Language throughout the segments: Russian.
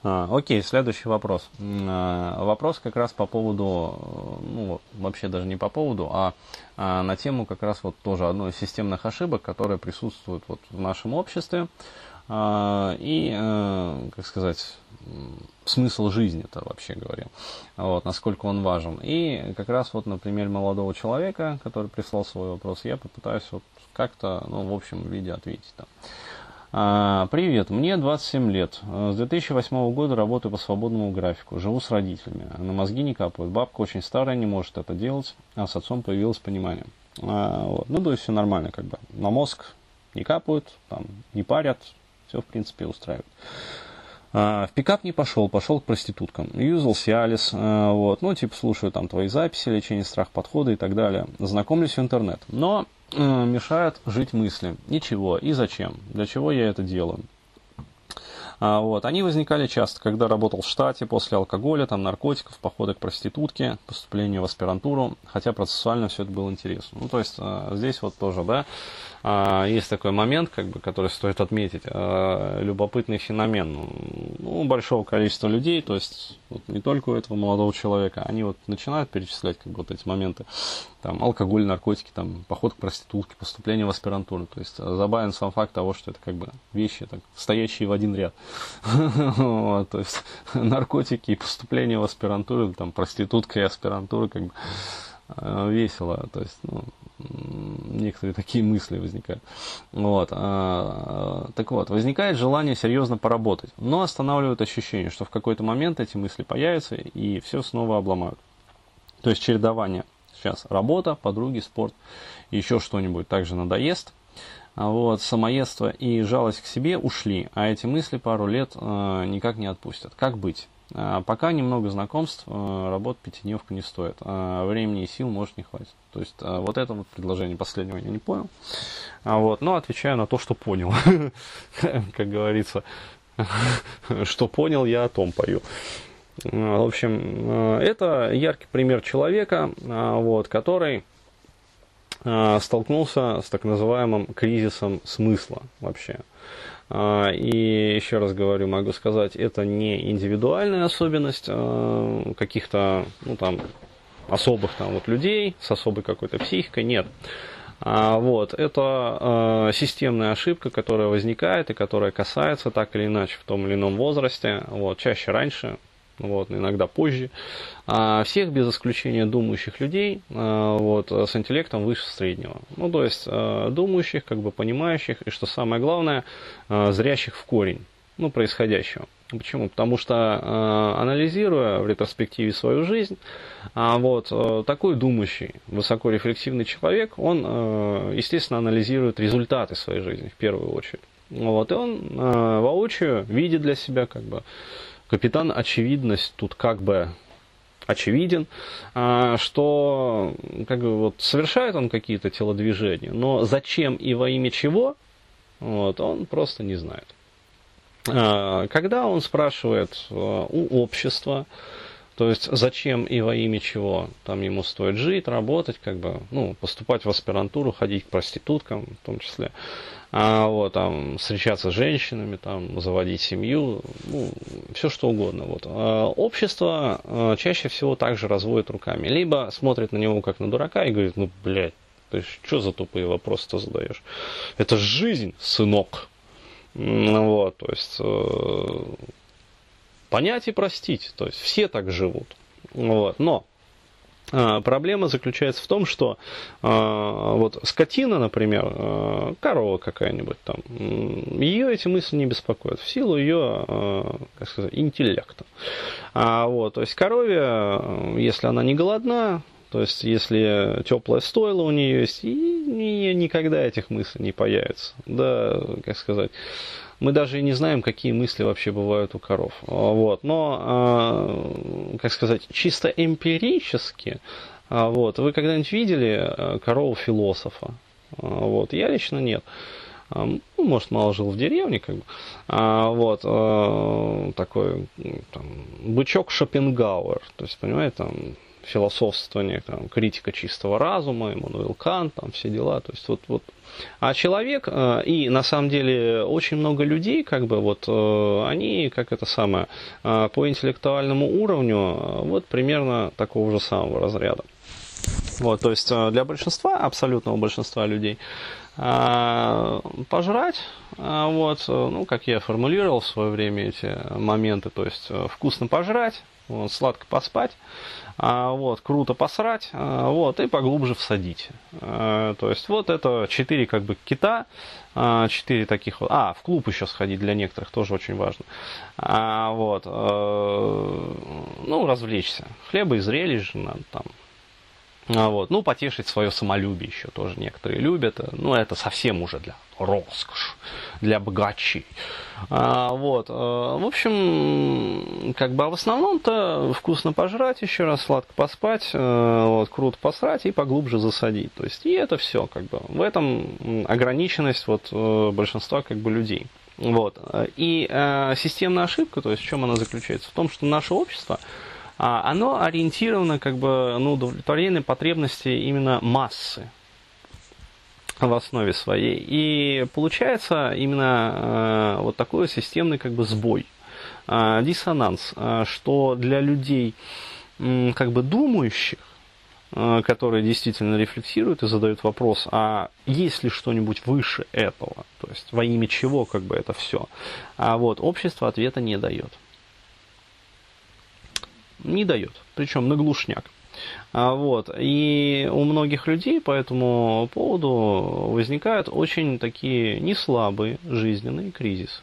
Окей, следующий вопрос. Вопрос как раз по поводу, ну, вообще даже не по поводу, на тему как раз вот тоже одной из системных ошибок, которые присутствуют вот в нашем обществе. Как сказать, смысл жизни-то вообще говоря, вот, насколько он важен. И как раз вот на примере молодого человека, который прислал свой вопрос, я попытаюсь вот как-то, ну, в общем виде ответить там. Привет, мне 27 лет. С 2008 года работаю по свободному графику. Живу с родителями. На мозги не капают. Бабка очень старая, не может это делать. А с отцом появилось понимание. Вот. Ну, то есть все нормально, как бы. На мозг не капают, там, не парят. Все, в принципе, устраивает. В пикап не пошел к проституткам. Юзал Сиалис, вот, ну, типа, слушаю там твои записи, лечение страх подхода и так далее. Знакомлюсь в интернет. Но мешают жить мысли. Ничего. И зачем? Для чего я это делаю? Вот. Они возникали часто, когда работал в штате, после алкоголя, там, наркотиков, похода к проститутке, поступления в аспирантуру, хотя процессуально все это было интересно. Ну, то есть, здесь вот тоже, да, есть такой момент, как бы, который стоит отметить, любопытный феномен. Ну, большого количества людей, то есть, вот, не только у этого молодого человека, они вот начинают перечислять, как бы, вот эти моменты, там, алкоголь, наркотики, там, поход к проститутке, поступление в аспирантуру. То есть, забавен сам факт того, что это, как бы, вещи, так, стоящие в один ряд. Вот, то есть, наркотики и поступление в аспирантуру, там, проститутка и аспирантура, как бы, весело, то есть, ну, некоторые такие мысли возникают. Вот. Так вот, возникает желание серьезно поработать, но останавливает ощущение, что в какой-то момент эти мысли появятся и все снова обломают. То есть чередование. Сейчас работа, подруги, спорт, еще что-нибудь также надоест. Вот, самоедство и жалость к себе ушли, а эти мысли пару лет никак не отпустят. Как быть? Пока немного знакомств, работа пятидневка не стоит. Времени и сил может не хватит. То есть вот это вот предложение последнего я не понял. Вот, но отвечаю на то, что понял. Как говорится, что понял, я о том пою. В общем, это яркий пример человека, вот, который столкнулся с так называемым кризисом смысла вообще. И еще раз говорю, могу сказать, это не индивидуальная особенность каких-то, ну, там, особых там, вот, людей с особой какой-то психикой, нет. Вот, это системная ошибка, которая возникает и которая касается так или иначе в том или ином возрасте, вот, чаще раньше, вот, иногда позже, всех без исключения думающих людей, вот, с интеллектом выше среднего. Ну, то есть, думающих, как бы понимающих, и что самое главное, зрящих в корень, ну, происходящего. Почему? Потому что, анализируя в ретроспективе свою жизнь, вот, такой думающий, высокорефлексивный человек, он, естественно, анализирует результаты своей жизни в первую очередь. Вот, и он воочию видит для себя, как бы, капитан очевидность тут как бы очевиден, что как бы вот совершает он какие-то телодвижения, но зачем и во имя чего, вот, он просто не знает. Когда он спрашивает у общества, то есть зачем и во имя чего там ему стоит жить, работать, как бы, ну, поступать в аспирантуру, ходить к проституткам в том числе, вот, там, встречаться с женщинами, там, заводить семью, ну, все что угодно. Вот. Общество чаще всего также разводит руками. Либо смотрит на него как на дурака и говорит, ну, блядь, ты что за тупые вопросы-то задаешь? Это жизнь, сынок. Вот, то есть понять и простить, то есть все так живут. Вот. Но проблема заключается в том, что вот скотина, например, корова какая-нибудь там, ее эти мысли не беспокоят в силу ее, как сказать, интеллекта. Вот, то есть корове, если она не голодна, то есть если теплое стойло у нее есть, и никогда этих мыслей не появится. Да, как сказать, мы даже и не знаем, какие мысли вообще бывают у коров. Вот. Но, как сказать, чисто эмпирически, вот, вы когда-нибудь видели корову-философа? Вот. Я лично нет. Ну, может, мало жил в деревне, как бы. Вот, такой там, бычок Шопенгауэр. То есть, понимаете, там философствование, там, критика чистого разума, Иммануил Кант, там все дела, то есть вот. А человек, и на самом деле очень много людей, как бы вот, они, как это самое, по интеллектуальному уровню, вот примерно такого же самого разряда. Вот, то есть для большинства, абсолютного большинства людей, пожрать, вот, ну, как я формулировал в свое время эти моменты, то есть вкусно пожрать, вот, сладко поспать, вот, круто посрать, вот, и поглубже всадить. То есть вот это 4 как бы кита, 4 таких вот. В клуб еще сходить для некоторых тоже очень важно. Вот, ну, развлечься. Хлеба и зрелищ же надо там. Вот. Ну, потешить свое самолюбие еще тоже некоторые любят. Ну, это совсем уже для роскоши, для богачей. Вот. В общем, как бы, а в основном-то вкусно пожрать, еще раз сладко поспать, вот, круто посрать и поглубже засадить. То есть, и это все, как бы, в этом ограниченность вот большинства, как бы, людей. Вот. И системная ошибка, то есть, в чем она заключается? В том, что наше общество, оно ориентировано как бы на удовлетворение потребностей именно массы в основе своей. И получается именно вот такой системный как бы сбой, диссонанс, что для людей как бы думающих, которые действительно рефлексируют и задают вопрос, а есть ли что-нибудь выше этого, то есть во имя чего как бы это все, вот общество ответа не дает. Не дает, причем на глушняк. Вот. И у многих людей по этому поводу возникают очень такие неслабые жизненные кризисы.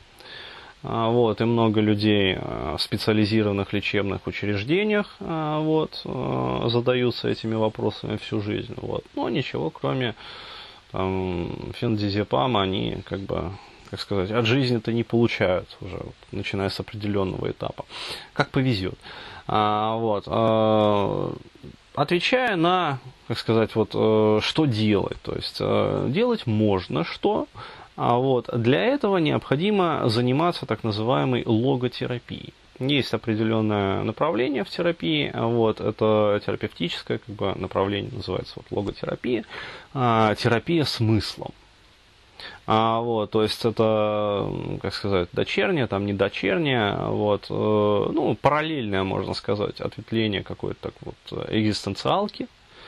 Вот. И много людей в специализированных лечебных учреждениях вот, задаются этими вопросами всю жизнь. Вот. Но ничего, кроме там, феназепама, они как бы, как сказать, от жизни-то не получают уже, начиная с определенного этапа. Как повезет. Вот. Отвечая на, как сказать, вот, что делать. То есть, делать можно что. Вот. Для этого необходимо заниматься так называемой логотерапией. Есть определенное направление в терапии, вот, это терапевтическое как бы, направление, называется вот, логотерапия, терапия смыслом. Вот, то есть это, как сказать, дочернее, там не дочернее, вот, ну, параллельное, можно сказать, ответвление какой-то так вот экзистенциалки,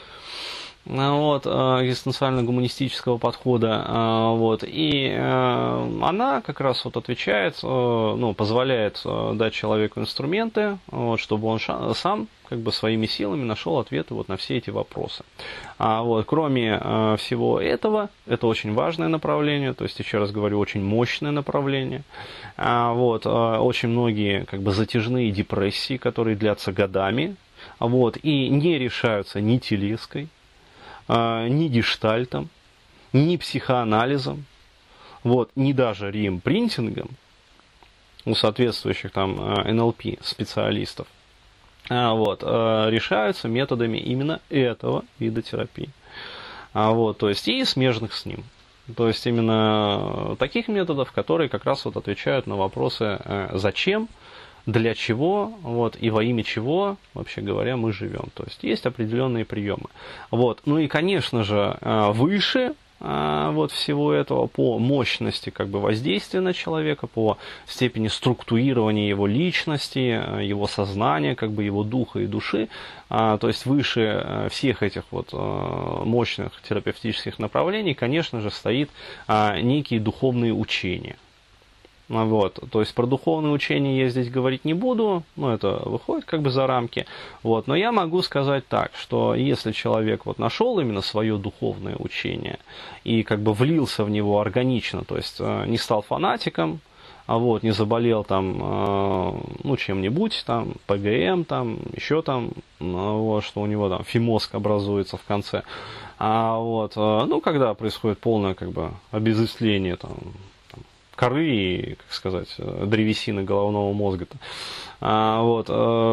вот, экзистенциально-гуманистического подхода, вот, и она как раз вот отвечает, ну, позволяет дать человеку инструменты, вот, чтобы он сам как бы своими силами нашел ответы вот на все эти вопросы. Вот, кроме всего этого, это очень важное направление, то есть, еще раз говорю, очень мощное направление. Вот, очень многие как бы затяжные депрессии, которые длятся годами, вот, и не решаются ни телеской, ни гештальтом, ни психоанализом, вот, ни даже реимпринтингом у соответствующих там НЛП специалистов, вот, решаются методами именно этого вида терапии. Вот, то есть и смежных с ним. То есть именно таких методов, которые как раз вот отвечают на вопросы «зачем?», для чего, вот, и во имя чего, вообще говоря, мы живем. То есть есть определенные приемы. Вот. Ну и, конечно же, выше вот всего этого по мощности как бы, воздействия на человека, по степени структурирования его личности, его сознания, как бы, его духа и души, то есть выше всех этих вот мощных терапевтических направлений, конечно же, стоит некие духовные учения. Вот, то есть про духовные учения я здесь говорить не буду, но это выходит как бы за рамки. Вот, но я могу сказать так, что если человек вот нашел именно свое духовное учение и как бы влился в него органично, то есть не стал фанатиком, вот, не заболел там, ну, чем-нибудь, там, ПГМ, там, еще там, вот, что у него там фимозг образуется в конце, вот, ну, когда происходит полное как бы обезысление там коры и, как сказать, древесины головного мозга-то. Вот,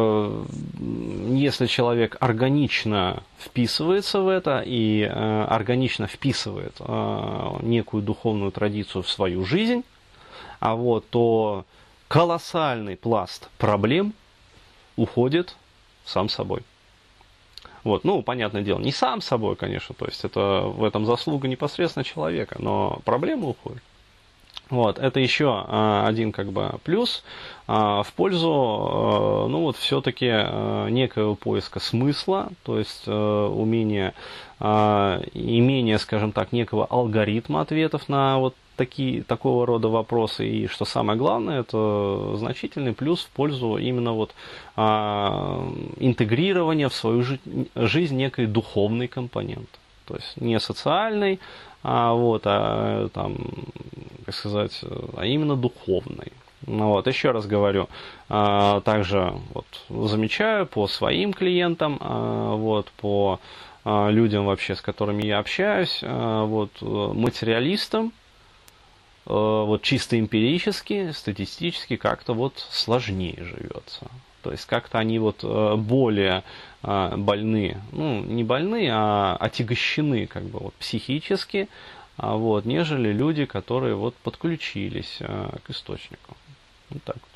если человек органично вписывается в это и органично вписывает некую духовную традицию в свою жизнь, вот, то колоссальный пласт проблем уходит сам собой. Вот, ну, понятное дело, не сам собой, конечно, то есть это в этом заслуга непосредственно человека, но проблема уходит. Вот, это еще один как бы плюс в пользу, ну вот все-таки некого поиска смысла, то есть имение, скажем так, некого алгоритма ответов на вот такого рода вопросы, и что самое главное, это значительный плюс в пользу именно вот интегрирования в свою жизнь некой духовной компоненты, то есть не социальной, там, как сказать, а именно духовной. Ну, вот, еще раз говорю, также вот, замечаю по своим клиентам, вот, по людям вообще, с которыми я общаюсь, вот, материалистам, вот, чисто эмпирически, статистически как-то вот сложнее живется. То есть как-то они вот более больны, ну, не больны, а отягощены как бы вот психически, вот, нежели люди, которые вот подключились к источнику. Вот так.